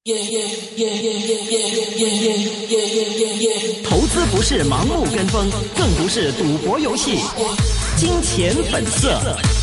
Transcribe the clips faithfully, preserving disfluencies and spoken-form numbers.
投资不是盲目跟风，更不是赌博游戏。金钱本色。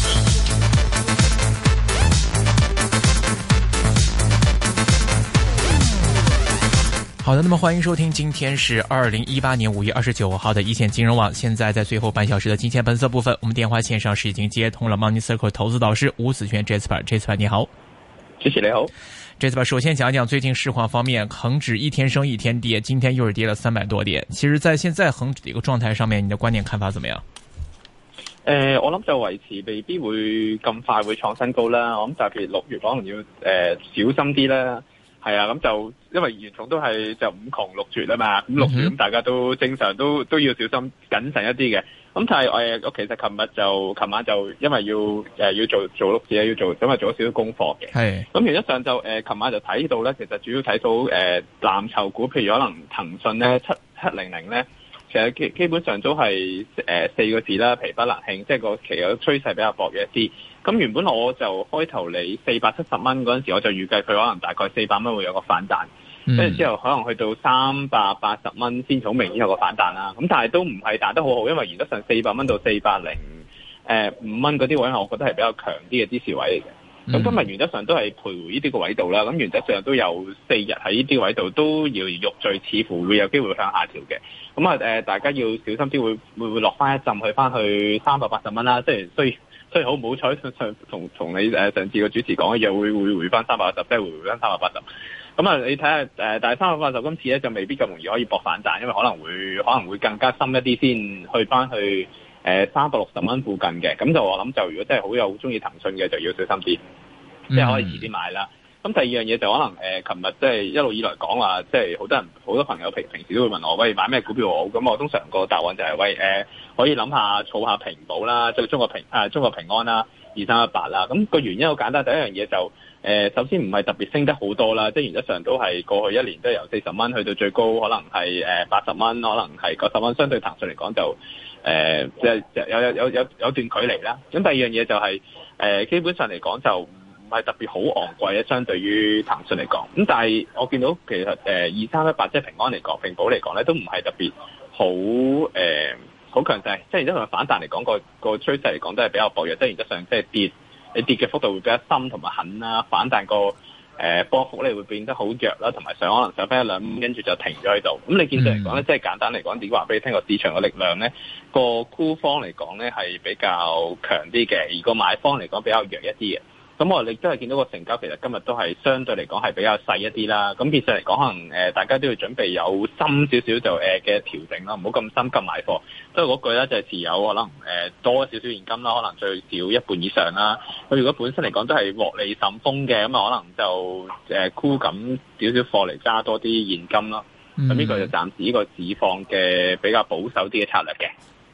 好的，那么欢迎收听，今天是二零一八年五月二十九号的一线金融网。现在在最后半小时的金钱本色部分，我们电话线上是已经接通了 Money Circle 投资导师吴子轩 Jasper，Jasper 你好。 谢谢你好。 Jasper 首先讲讲最近市况方面，恒指一天升一天跌，今天又是跌了三百多点。其实在现在恒指的一个状态上面，你的观点看法怎么样？ 誒、呃，我諗就維持未必會咁快會創新高啦。我諗特別六月可能要誒、呃、小心啲啦。係啊，咁就因為原重都係就五窮六絕啊嘛，咁六月咁大家都正常都都要小心謹慎一啲嘅。咁但係誒，我其實琴日就琴晚就因為要誒、呃、要做做碌子要做，因為做咗少少功課嘅。係。咁原則上就誒，琴、呃、晚就睇到咧，其實主要睇到誒、呃、藍籌股，譬如可能騰訊咧七七零零咧，其實基基本上都係誒、呃、四個字啦，疲不能興，即係個其實趨勢比較薄弱一啲。咁原本我就開頭你四百七十蚊嗰陣時，我就預計佢可能大概四百蚊會有個反彈，跟住之後可能去到三百八十蚊先好明顯有個反彈啦。咁但係都唔係彈得好好，因為原則上四百蚊到四百零誒五蚊嗰啲位，我覺得係比較強啲嘅支持位嚟嘅。咁、嗯、今日原則上都係徘徊呢啲個位度啦。咁原則上都有四日喺呢啲位度都要肉聚，似乎會有機會向下調嘅。咁啊誒，大家要小心啲，會會會落翻一陣去翻去三百八十蚊啦。即係雖所以好唔好彩，上同同你誒上次個主持講嘅嘢，會會回翻三百八十，即係回回翻三百八十。咁啊，你睇下誒，但係三百八十今次咧就未必咁容易可以搏反彈，因為可能會可能會更加深一啲先去翻去誒三百六十蚊附近嘅。咁就我諗就如果真係好有好中意騰訊嘅，就要小心啲，即係可以遲啲買啦。咁第二樣嘢就可能誒，琴日即係一路以來講話，即係好多人好多朋友平平時都會問我，喂買咩股票好？咁我通常個答案就係、是、喂誒、呃，可以諗下儲下平保啦，即係中國平啊中國平安啦，二三一八啦。咁個原因好簡單，第一樣嘢就誒、呃，首先唔係特別升得好多啦，即係原則上都係過去一年都由四十蚊去到最高可能係誒八十蚊，可能係九十蚊，相對騰訊嚟講就誒即係有有有有有段距離啦。咁第二樣嘢就係、是、誒、呃，基本上嚟講就唔係特別好昂貴咧，相對於騰訊嚟講。咁但係我見到其實誒二三一八即係平安嚟講，平保嚟講咧都唔係特別好誒好強勢。即係因為反彈嚟講，個個趨勢嚟講都係比較薄弱。即係原則上即係跌，你跌嘅幅度會比較深同埋狠啦。反彈個誒、呃、波幅咧會變得好弱啦，同埋上可能上翻一兩蚊，跟住就停咗喺度。咁你見到嚟講咧，即係簡單嚟講，點話俾你聽個市場嘅力量咧，個沽方嚟講咧係比較強啲嘅，而個買方嚟講比較弱一啲嘅。咁我哋都係見到個成交其實今日都係相對嚟講係比較細一啲啦。咁其實嚟講可能誒、呃、大家都要準備有深少少就誒嘅調整啦，唔好咁深咁買貨。都係嗰句啦，就係、是、持有可能誒、呃、多少少現金啦，可能最少一半以上啦。佢如果本身嚟講都係獲利甚豐嘅，咁啊可能就誒箍緊少少貨嚟揸多啲現金咯。咁呢個就暫時呢個市況嘅比較保守啲嘅策略嘅。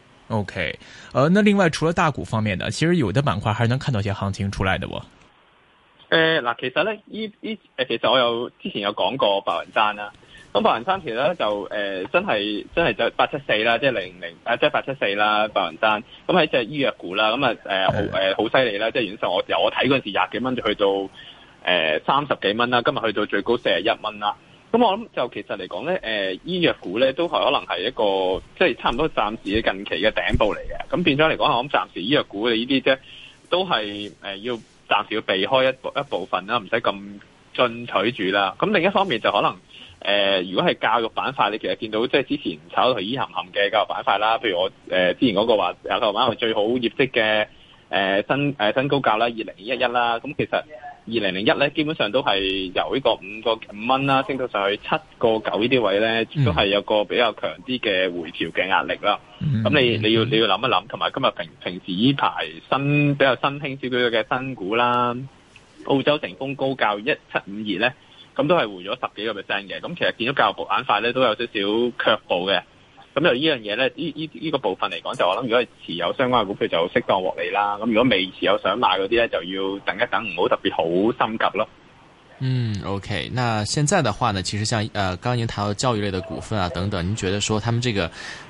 OK，呃，那另外除了大股方面呢，其實有的板塊還是能看到一些行情出來的喎。 誒嗱，其實咧，依依誒，其實我有之前有講過白雲山啦。咁白雲山其實咧就誒、呃、真係真係就八七四啦，即係零零誒即係八七四啦，白雲山。咁喺隻醫藥股啦，咁啊誒好誒好犀利啦，即係原則上我由我睇嗰陣時廿幾蚊就去到誒三十幾蚊啦，今日去到最高四十一蚊啦。咁我諗就其實嚟講咧，誒、呃、醫藥股咧都係可能係一個即係差唔多暫時嘅近期嘅頂部嚟嘅。咁變咗嚟講，我諗暫時醫藥股嘅呢啲啫，都係誒、呃、要暫時要避開一部一部分啦，唔使咁進取住啦。咁另一方面就可能誒、呃，如果係教育板塊，你其實見到即係之前炒到佢依含含嘅教育板塊啦，譬如我誒、呃、之前嗰個話教育板塊最好業績嘅誒、呃、新誒、呃、新高教啦，二零一一啦，咁其實。二零零一咧，基本上都係由呢個五個五蚊啦，升到上去七個九呢啲位咧，都係有個比較強啲嘅回調嘅壓力啦。咁、嗯、你你要你要諗一諗，同埋今日平平時呢排新比較新興少少嘅新股啦，澳洲成功高教一七五二咧，咁都係回咗十幾個 percent 嘅。咁其實見到教育部板塊咧都有少少卻步嘅。咁就呢樣嘢咧，呢呢呢個部分嚟講，就我諗，如果係持有相關嘅股票，就適當獲利啦。咁如果未持有想買嗰啲咧，就要等一等，唔好特別好心急咯。 嗯 ，OK。那現在的話呢，其實像呃，剛剛您談到教育類的股份啊等等，您覺得說他們這個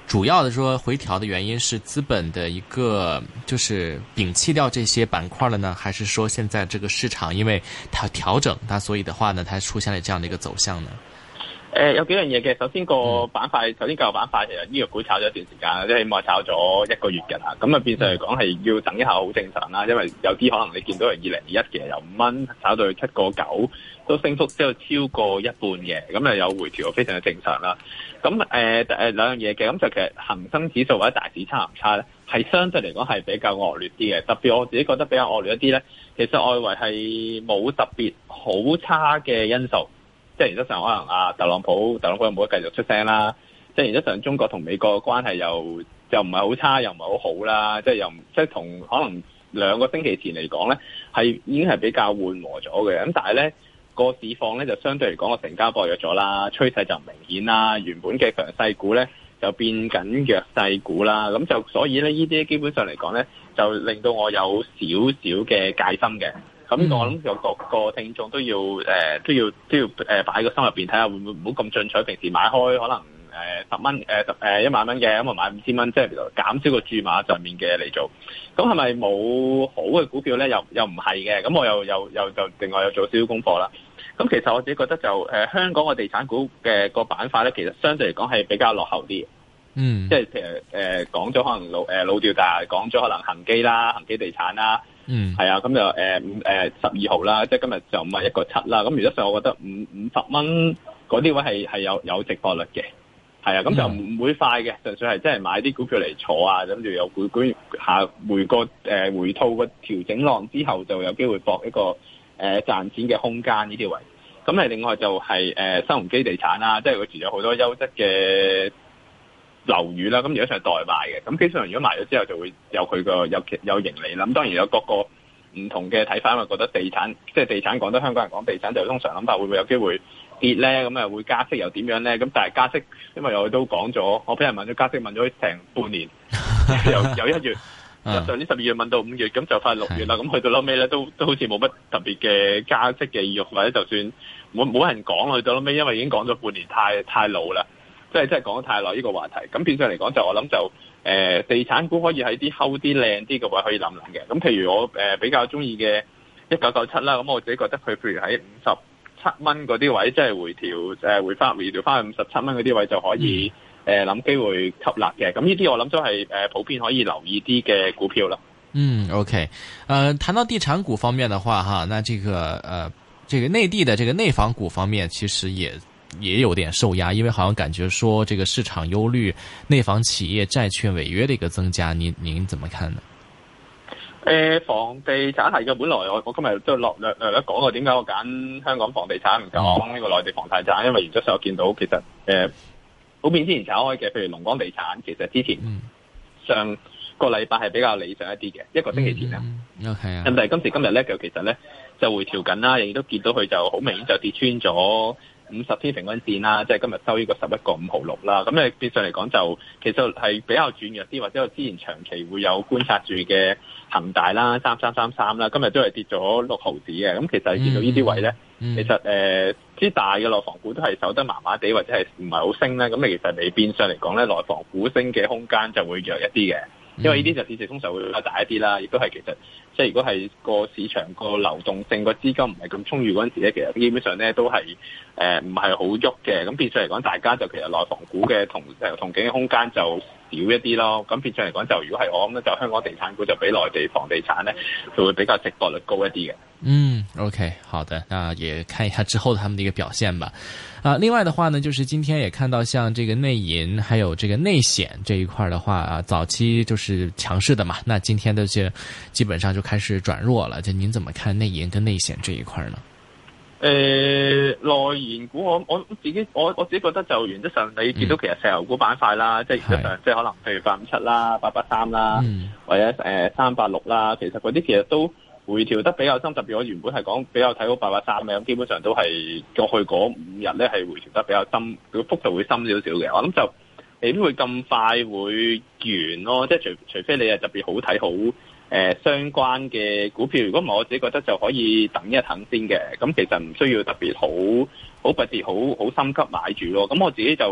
主要的說回調的原因是資本的一個就是摒棄掉這些板塊了呢，還是說現在這個市場因為它調整，它所以的話呢，它出現了這樣的一個走向呢？ 誒、呃、有幾樣嘢嘅，首先個板塊，嗯、首先教育板塊其實醫藥股炒咗一段時間，即係起碼炒咗一個月㗎啦。咁啊變相嚟講係要等一下好正常啦，因為有啲可能你見到係二零二一嘅由五蚊炒到去七個九，都升幅之後超過一半嘅，咁啊有回調非常嘅正常啦。咁誒誒兩樣嘢嘅，咁就其實恒生指數或者大市差唔差咧，係相對嚟講係比較惡劣啲嘅。特別我自己覺得比較惡劣一啲咧，其實外圍係冇特別好差嘅因素。即係原則上可能啊，特朗普特朗普有冇得繼續出聲啦？即係原則上中國同美國嘅關係又又唔係好差，又唔係好好啦。即係又即係同可能兩個星期前嚟講咧，係已經係比較緩和咗嘅。咁但係咧個市況咧就相對嚟講個成交薄弱咗啦，趨勢就唔明顯啦。原本嘅強勢股咧就變緊弱勢股啦。咁就所以咧呢啲基本上嚟講咧，就令到我有少少嘅戒心嘅。咁、嗯、我諗有各個聽眾都要誒、呃、都要都要誒擺喺個心入邊睇下會唔會唔好咁進取，平時買開可能誒十蚊誒十誒一萬蚊嘅，咁啊買五千蚊，即係減少個注碼上面嘅嚟做。咁係咪冇好嘅股票咧？又又唔係嘅。咁我又又又就另外有做少少功課啦。咁其實我自己覺得就誒、呃、香港嘅地產股嘅個板塊咧，其實相對嚟講係比較落後啲。嗯，即係譬如誒講咗可能老誒、呃、老調大，講咗可能恒基啦、恒基地產啦。嗯，係啊，咁就誒五誒十二號啦，即係今日就五啊一個七啦。咁原則上，我覺得五五十蚊嗰啲位係係有有值博率嘅，係啊，咁就唔會快嘅，純粹係即係買啲股票嚟坐啊，諗住有回歸下回個誒、呃、回吐個調整浪之後，就有機會博一個誒、呃、賺錢嘅空間呢啲位。咁誒另外就係、是、誒、呃、新鴻基地產啦，即係佢持有好多優質嘅樓宇啦，咁如果上係代賣嘅，咁基本上如果賣咗之後就會有佢個有有盈利啦。咁當然有各個唔同嘅睇法，因為覺得地產即係地產講得香港人講地產就通常諗法會唔會有機會跌咧？咁啊會加息又點樣咧？咁但係加息，因為我都講咗，我俾人問咗加息問咗成半年，由由一月上年十二月問到五月，咁就快六月啦。咁去到撈尾咧都都好似冇乜特別嘅加息嘅意欲，或者就算冇冇人講去到撈尾，因為已經講咗半年，太太老啦。即係真係講得太耐呢個話題，咁變相嚟講就我諗就誒、呃、地產股可以喺啲睺啲靚啲嘅位可以諗諗嘅。咁譬如我誒、呃、比較中意嘅一九九七啦，咁我自己覺得佢譬如喺五十七蚊嗰啲位，即係回調誒、呃、回翻回調翻去五十七蚊嗰啲位就可以誒諗機會吸納嘅。咁呢啲我諗都係誒普遍可以留意啲嘅股票啦。 嗯 ，OK，呃，談到地產股方面的話，哈，那這個呃這個內地的這個內房股方面其實也也有點受壓，因為好像感覺說這個市場憂慮內房企業債券違約的一個增加，您您怎麼看呢？ 誒、呃，房地產係嘅，本來我我今日都落略略略講過點解我揀香港房地產唔講呢個內地房地產，因為原則上我見到其實誒普遍之前炒開嘅，譬如龍光地產，其實之前上個禮拜係比較理想一啲嘅，一個星期前啦。 OK 啊， 咁但係今時今日咧，就其實咧就回調緊啦，亦都見到佢就好明顯就跌穿咗五十天平均線啦，即係今日收呢個十一個五毫六啦。咁誒變相嚟講就其實係比較轉弱啲，或者我之前長期會有觀察住嘅恒大啦，三三三三啦，今日都係跌咗六毫子嘅。咁其實見到呢啲位咧，嗯嗯、其實誒啲、呃、大嘅內房股都係守得麻麻地，或者係唔係好升咧。咁其實你變相嚟講咧，內房股升嘅空間就會弱一啲嘅。因為呢啲就市值通常會比較大一啲啦，亦都係其實即係如果係個市場個流動性個資金唔係咁充裕嗰陣時咧，其實基本上咧都係誒唔係好喐嘅。咁變相嚟講，大家就其實內房股嘅同誒同景嘅空間就少一啲咯。咁變相嚟講，就如果係我諗咧，就香港地產股就比內地房地產咧就會比較值博率高一啲嘅。 嗯 ，OK， 好的，那也看一下之後他們的一個表現吧。啊，另外的話呢，就是今天也看到像這個內銀還有這個內險這一塊的話啊，早期就是強勢的嘛，那今天的這基本上就開始轉弱了。就您怎麼看內銀跟內險這一塊呢？ 誒、呃，內銀股我我自己我我自己覺得就原則上你見到其實石油股板塊啦，嗯、即係原則上即係可能譬如八五七啦、八八三啦，嗯、或者誒三八六啦，其實嗰啲其實都回調得比較深，特別我原本係講比較睇好八八三嘅，咁基本上都係過去嗰五日咧係回調得比較深，個幅度會深少少嘅。我諗就未必會咁快會完咯，即係除除非你係特別好睇好誒、呃、相關嘅股票，如果唔係我自己覺得就可以等一等先嘅。咁其實唔需要特別好好特別好好心急買住咯。咁我自己就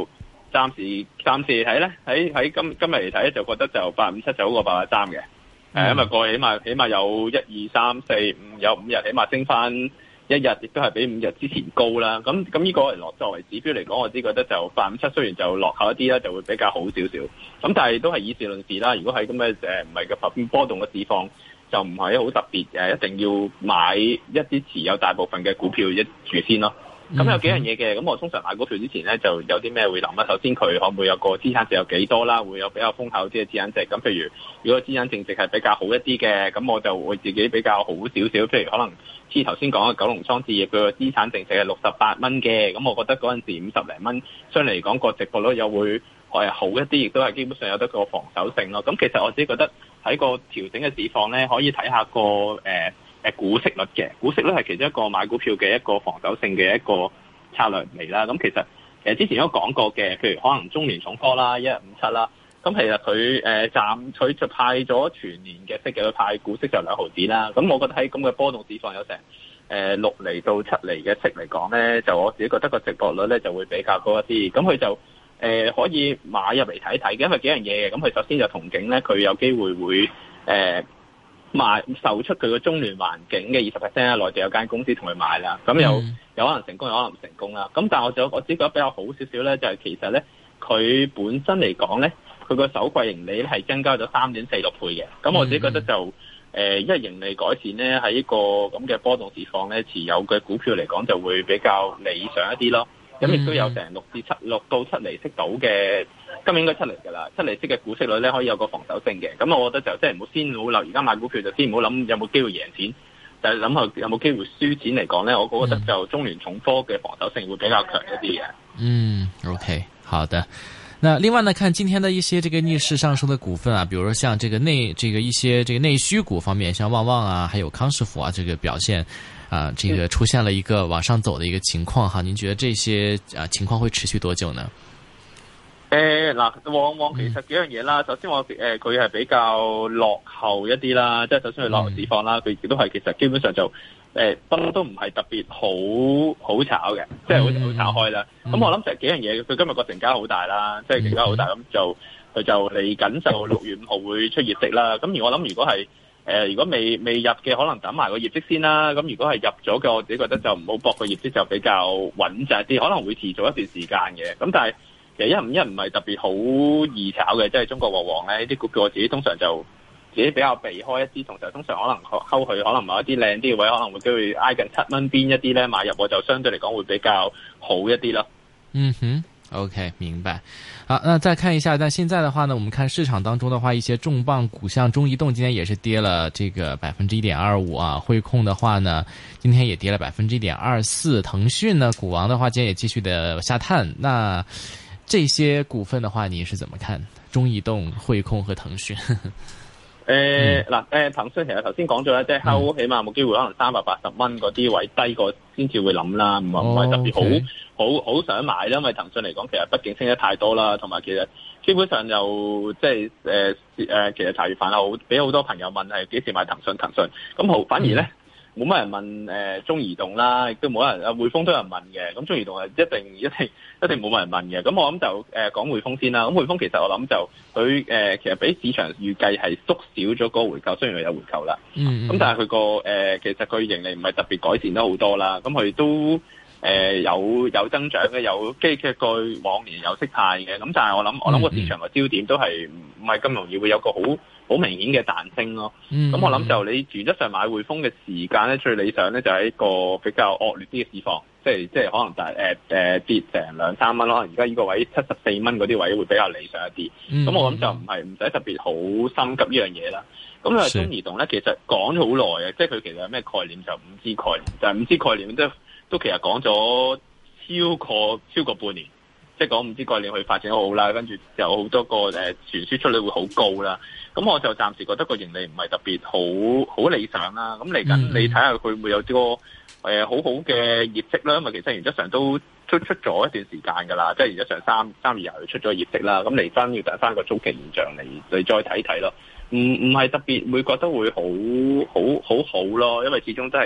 暫時暫時睇咧，喺喺今今日嚟睇就覺得就八五七就好過八八三嘅。誒、嗯，因為過去起碼起碼有一二三四五有五日起碼升翻一日，亦都係比五日之前高啦。咁咁呢個嚟落作為指標嚟講，我只覺得就八五七雖然就落後一啲啦，就會比較好少少。咁但係都係以事論事啦。如果係咁嘅誒唔係嘅普遍波動嘅市況，就唔係好特別誒，一定要買一啲持有大部分嘅股票一住先咯。咁有幾樣嘢嘅，咁我通常買股票之前咧，就有啲咩會諗啦。首先佢可唔會有個資產值有幾多啦，會有比較豐厚啲嘅資產值。咁譬如如果資產淨值係比較好一啲嘅，咁我就會自己比較好少少。譬如可能似頭先講嘅九龍倉置業，佢個資產淨值係六十八蚊嘅，咁我覺得嗰陣時五十零蚊，相對嚟講個值博率又會係好一啲，亦都係基本上有得個防守性咯。咁其實我自己覺得喺個調整嘅市況咧，可以睇下個誒。呃誒股息率嘅股息率係其中一個買股票嘅一個防守性嘅一個策略嚟啦。咁其實誒之前都講過嘅，譬如可能中聯重科啦，一日五七啦。咁其實佢誒暫佢就派咗全年嘅息嘅，佢派股息就兩毫子啦。咁我覺得喺咁嘅波動市況有成誒六厘到七厘嘅息嚟講咧，就我自己覺得個值博率咧就會比較高一啲。咁佢就誒、呃、可以買入嚟睇睇嘅，因為幾樣嘢嘅。咁佢首先就同景咧，佢有機會會誒。呃賣售出佢個中聯環境嘅二十 percent 啦，內地有間公司同佢買啦，咁有有可能成功，有可能唔成功啦。咁但係我就我只覺得比較好少少咧，就係其實咧佢本身嚟講咧，佢個首季盈利咧係增加咗三點四六倍嘅。咁我自己覺得就誒、呃，因為盈利改善咧，喺呢個咁嘅波動市況咧，持有嘅股票嚟講就會比較理想一啲咯。咁亦都有成六至七六到七厘息到嘅，今年應該七厘㗎啦。七厘息嘅股息率咧，可以有個防守性嘅。咁我覺得就即係唔好先好留，而家買股票就先唔好諗有冇機會贏錢，但係諗下有冇機會輸錢嚟講咧，我覺得就中聯重科嘅防守性會比較強一啲嘅。 嗯 ，OK， 好的。那另外呢，看今天的一些這個逆勢上升的股份啊，比如說像這個內這個一些這個內需股方面，像旺旺啊，還有康師傅啊，這個表現。啊，這個出現了一個往上走的一個情況哈，您覺得這些啊情況會持續多久呢？ 誒嗱，往往其實幾樣嘢啦。首先我誒佢係比較落後一啲啦，即係首先佢落後市況啦，佢亦都係其實基本上就誒不嬲都唔係特別好好炒嘅，即係好好炒開啦。咁、嗯、我諗就係幾樣嘢，佢今日個成交好大啦，即係成交好大，咁就佢就嚟緊就六月五號會出業績啦。咁而我諗如果係誒、呃，如果未未入嘅，可能等埋個業績先啦。咁如果係入咗嘅，我自己覺得就唔好搏個業績，就比較穩陣啲，可能會持續一段時間嘅。咁但係其實一五一唔係特別好易炒嘅，即係中國和黃咧啲股票，我自己通常就自己比較避開一啲，同時通常可能溝佢可能某一啲靚啲嘅位，可能會機會挨近七蚊邊一啲咧買入，我就相對嚟講會比較好一啲咯。 嗯哼。OK， 明白。好，那再看一下，但現在的話呢，我們看市場當中的話，一些重磅股，像中移動今天也是跌了這個百分之一點二五啊，匯控的話呢，今天也跌了百分之一點二四，騰訊呢，股王的話今天也繼續的下探。那這些股份的話，你是怎麼看？中移動、匯控和騰訊？ 誒嗱誒，騰訊其實頭先講咗咧，即係後起碼冇機會，可能三百八十蚊嗰啲位低過先至會諗啦，唔係唔係特別好、oh, okay. 好好想買啦。因為騰訊嚟講，其實畢竟升得太多啦，同埋其實基本上就即係誒誒，其實茶餘飯後俾好多朋友問係幾時買騰訊騰訊，咁好反而咧。Mm. 冇乜人問誒、呃、中移動啦，亦都冇人啊匯豐都有人問嘅，咁中移動係一定一定一定冇乜人問嘅。咁我諗就誒、呃、講匯豐先啦。咁匯豐其實我諗就佢誒、呃、其實比市場預計係縮少咗個回購，雖然佢有回購啦。嗯。咁但係佢個誒其實佢盈利唔係特別改善得好多啦。咁佢都誒、呃、有有增長嘅，有基嘅佢往年有息派嘅。咁但係我諗我諗個市場個焦點都係唔係咁容易會有個好好明顯嘅彈升咯，咁、嗯、我諗就你原則上買匯豐嘅時間咧，最理想咧就係一個比較惡劣啲嘅市況，即係即係可能就係誒誒跌成兩三蚊，可能而家呢個位七十四蚊嗰啲位會比較理想一啲。咁、嗯、我諗就唔係唔使特別好心急呢樣嘢啦。咁啊，中移動咧其實講咗好耐嘅，即係佢其實有咩概念就五 G 概念，就係、是、五 G 概念都都其實講咗超過超過半年。即係講唔知概念去發展得好啦，跟住有好多個誒傳輸出率會好高啦。咁我就暫時覺得個盈利唔係特別好好理想啦。咁嚟緊你睇下佢會唔會有啲個誒好好嘅業績啦？因為其實原則上都都出咗一段時間㗎啦，即係原則上三三月又出咗業績啦。咁嚟翻要等翻個中期現象嚟你再睇睇咯。唔唔係特別會覺得會好好好好咯，因為始終都係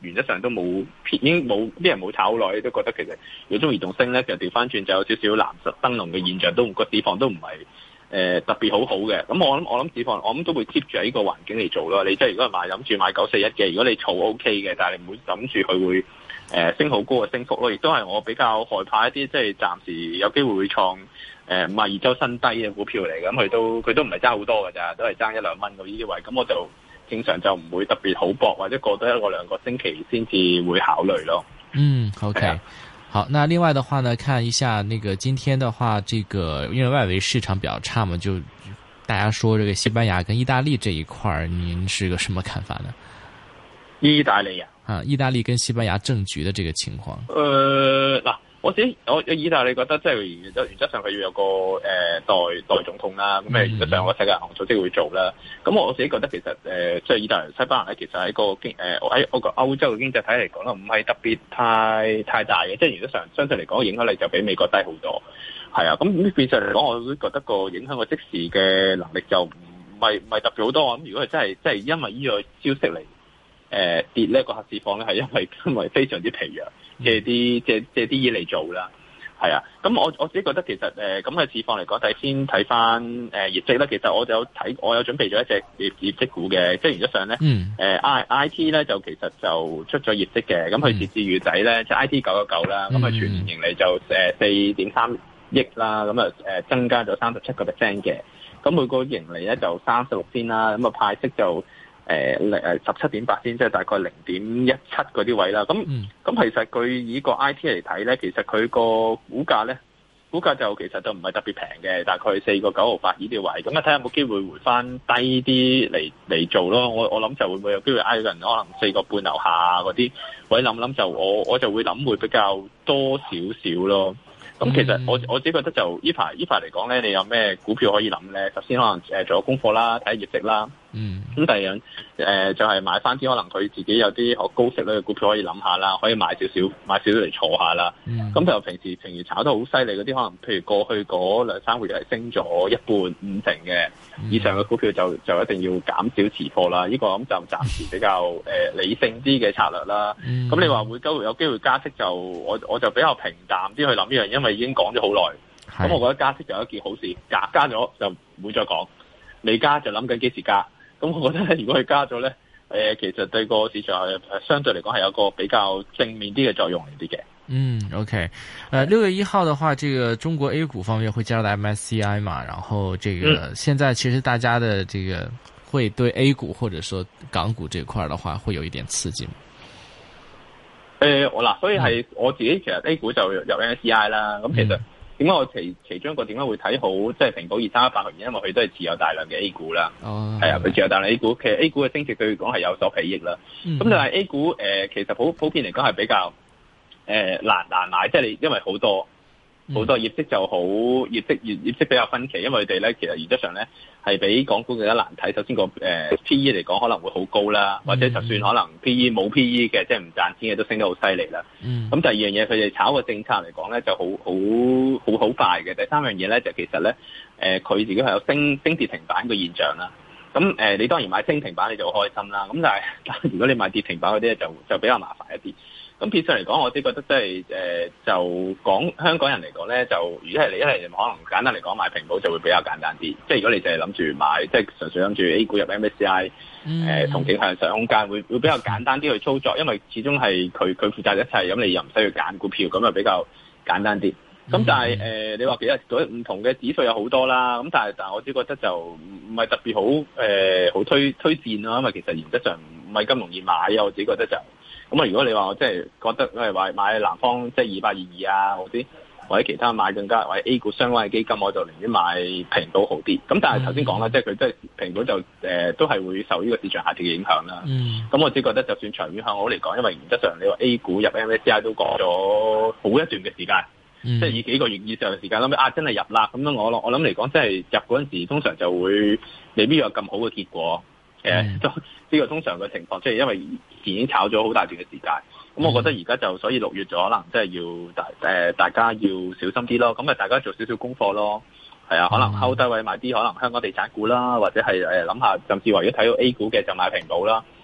原則上都冇已經冇啲人冇炒好耐，都覺得其實如果中移動升咧，就調翻轉就有少少藍色燈籠嘅現象，都個市況都唔係誒特別好好嘅。咁我諗我諗市況我諗都會 keep 住喺呢個環境嚟做咯。你即係如果係買諗住買九四一嘅，如果你儲 O K 嘅，但係你唔會諗住佢會誒、呃、升好高嘅升幅咯。亦都係我比較害怕一啲即係暫時有機會會創誒五十二周新低嘅股票嚟。咁佢都佢都唔係爭好多㗎咋，都係爭一兩蚊嗰啲位。咁我就正常就唔會特別好搏，或者過多一個兩個星期先至會考慮咯。 嗯 ，OK。好，那另外的話呢，看一下那個今天的話，這個因為外圍市場比較差嘛，就大家說這個西班牙跟意大利這一塊，您是個什麼看法呢？ 意大利啊， 啊，意大利跟西班牙政局的這個情況。 呃，嗱，我自己我意大利覺得即係原則原則上佢要有個誒、呃、代代總統啦，咁誒原則上個世界銀行組織會做啦。咁我自己覺得其實誒即係意大利、西班牙咧，其實喺個經誒喺嗰個歐洲嘅經濟體嚟講咧，唔係特別太太大嘅，即係原則上相對嚟講影響力就比美國低好多。係啊，咁變相嚟講，我都覺得個影響個即時嘅能力就唔係唔係特別好多。咁如果係真係真係因為呢個消息嚟誒、呃、跌呢個核市況咧，係因為因為非常之疲弱。借啲借借啲嘢嚟做啦，係啊，咁我我自己覺得其實誒咁嘅市況嚟講，睇先睇翻誒業績啦。其實我就有睇，我有準備咗一隻業業績股嘅，即係原則上咧，誒、嗯呃、I I T 咧就其實就出咗業績嘅，咁佢截至月底咧，即係 I T 九一九啦，咁佢全年盈利就誒四點三億啦，咁啊誒增加咗三十七個 percent 嘅，咁每個盈利咧就三十六仙啦，咁啊派息就。誒誒十七點八先，即係大概零點一七嗰啲位啦。咁咁、嗯、其實佢以個 I T 嚟睇咧，其實佢個股價咧，股價就其實就唔係特別平嘅，大概四個九毫八呢啲位。咁啊睇下有冇機會回翻低啲嚟嚟做咯。我我諗就會唔會有機會挨近可能四個半樓下嗰啲位諗諗就我我就會諗會比較多少少咯。咁其實我我自己覺得就呢排呢排嚟講咧，你有咩股票可以諗咧？首先可能誒做咗功課啦，睇下業績啦。嗯。咁第二樣誒、呃、就係、是、買翻啲可能佢自己有啲好高息率嘅股票可以諗下啦，可以買少少買少少嚟坐下啦。咁、嗯、就平時平時炒得好犀利嗰啲，可能譬如過去嗰兩三個月係升咗一半五成嘅以上嘅股票就，就就一定要減少持貨啦。呢、這個咁就暫時比較誒、呃、理性啲嘅策略啦。咁、嗯、你話會機會有機會加息就我我就比較平淡啲去諗呢樣，因為已經講咗好耐。咁我覺得加息就係一件好事，加加咗就唔會再講，未加就諗緊幾時加。咁我覺得如果佢加咗咧，誒、呃，其實對個市場誒相對嚟講係有個比較正面啲嘅作用嚟啲嘅。 嗯 ，OK，呃，六月一號的話，這個中國 A 股方面會加入到 M S C I 嘛，然後這個、嗯、現在其實大家的這個會對 A 股或者說港股這塊的話，會有一點刺激。 誒，我嗱，所以係我自己其實 A 股就入 M S C I 啦，咁其實。嗯點解我其其中一個點解會睇好即係平保二三一八嘅原因，因為佢都係持有大量嘅 A 股啦。哦，係啊，佢持有大量 A 股，其實 A 股嘅升值對佢講係有所裨益啦。咁但係 A 股誒、呃，其實普普遍嚟講係比較誒、呃、難難買，即係你因為好多好多業績就好業績業業績比較分歧，因為佢哋咧其實原則上咧係比港股更加難睇。首先個誒、呃、P E 嚟講可能會好高啦，或者就算可能 P E 冇 P E 嘅，即係唔賺錢嘅都升得好犀利啦。咁、嗯、第二樣嘢佢哋炒個政策嚟講咧就好好好好快嘅。第三樣嘢咧就其實咧誒佢自己係有升升跌停板嘅現象啦。咁誒、呃、你當然買升停板你就好開心啦。咁但係但係如果你買跌停板嗰啲咧就就比較麻煩一啲。咁變相嚟講，我自己覺得即係誒，就講香港人嚟講咧，就如果係你一嚟可能簡單嚟講買平保就會比較簡單啲。即係如果你淨係諗住買，即係純粹諗住 A 股入 M S C I，誒、呃、同景向上空間會會比較簡單啲去操作，因為始終係佢佢負責一切，咁你又唔使去揀股票，咁就比較簡單啲。咁但係誒、呃，你話其實嗰唔同嘅指數有好多啦，咁但係但係我只覺得就唔唔係特別好誒，好、呃、推推薦咯，因為其實原則上唔係咁容易買啊，我自己覺得就。咁啊！如果你話我即係覺得，因為話買南方即係二八二二啊，或者或者其他買更加或者 A 股相關嘅基金，我就寧願買平保好啲。咁但係頭先講啦，即係佢即係平保就誒、呃、都係會受呢個市場下跌嘅影響啦。咁、嗯、我只覺得就算長遠向好嚟講，因為原則上你話 A 股入 M S C I 都講咗好一段嘅時間，嗯、即係以幾個月以上嘅時間諗啊，真係入啦咁樣我。我我諗嚟講，即係入嗰陣時，通常就會未必有咁好嘅結果。誒、嗯，都呢個通常嘅情況，即係因為已經炒咗好大段嘅時間，咁、嗯、我覺得而家就所以六月就可能即係要大誒大家要小心啲咯，咁啊大家做少少功課咯，係啊，可能睺低位買啲可能香港地產股啦，或者係誒諗下，甚至話如果睇到 A 股嘅就買平保啦，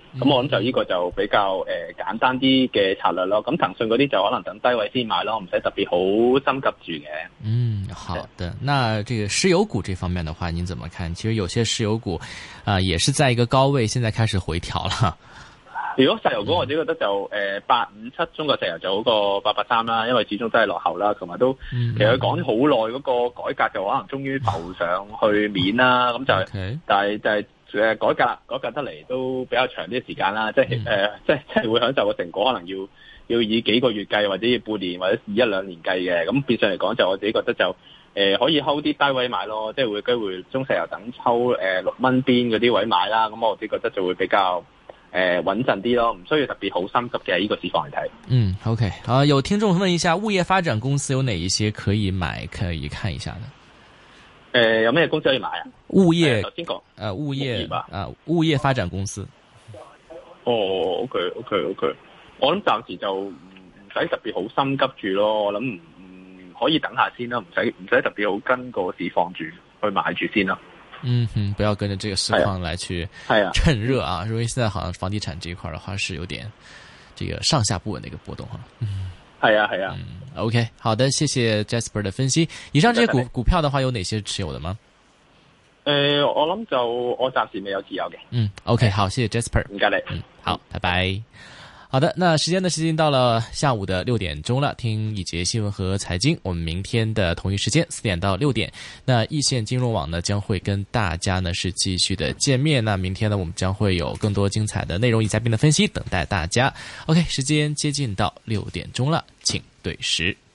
咁、嗯、我諗就呢個就比較誒、呃、簡單啲嘅策略咯。咁騰訊嗰啲就可能等低位先買咯，唔使特別好心急住嘅。 嗯，好的。那這個石油股這方面的話，您怎麼看？其實有些石油股啊、呃，也是在一個高位，現在開始回調了。 如果石油股，我自己覺得就誒八五七中國石油就好過八八三啦，因為始終真係落後啦，同埋都、嗯、其實佢講咗好耐嗰個改革就可能終於浮上去面啦。咁就係、okay. 但係就係、是、誒改革改革得嚟都比較長啲時間啦，即係誒、呃、即係即係會享受個成果，可能要要以幾個月計，或者要半年或者以一兩年計嘅。咁變相嚟講，就我自己覺得就誒、呃、可以 hold 啲低位買咯，即係會機會中石油等抽誒六蚊邊嗰啲位買啦。咁我自己覺得就會比較。誒，穩陣啲咯，唔需要特別好心急嘅呢個市況嚟睇。嗯 ，OK， 好，有聽眾問一下，物業發展公司有哪一些可以買，可以看一下呢？ 誒、呃，有咩公司可以買啊？ 物業， 頭先講， 誒，物業啊，物業發展公司。 哦 ，OK，OK，OK， 我諗暫時就唔唔使特別好心急住咯，我諗唔唔可以等下先啦，唔使唔使特別好跟個市況住去買住先啦。 嗯哼，不要跟着這個市況來去趁熱啊！因為現在好像房地產這一塊的話是有點這個上下不穩的一個波動哈。嗯， 係啊係啊。 嗯，OK，好的，謝謝 Jasper 的分析。以上這些股股票的話，有哪些持有的嗎？ 誒、呃，我諗就我暫時未有持有嘅。 嗯 ，OK， 好，謝謝 Jasper。 唔該你。 嗯，好，拜拜。好的，那時間呢，時間到了下午的六點鐘了。聽一節新聞和財經，我們明天的同一時間四點到六點，那易線金融網呢將會跟大家呢是繼續的見面。那明天呢，我們將會有更多精彩的內容與嘉賓的分析等待大家。OK，時間接近到六點鐘了，請對時。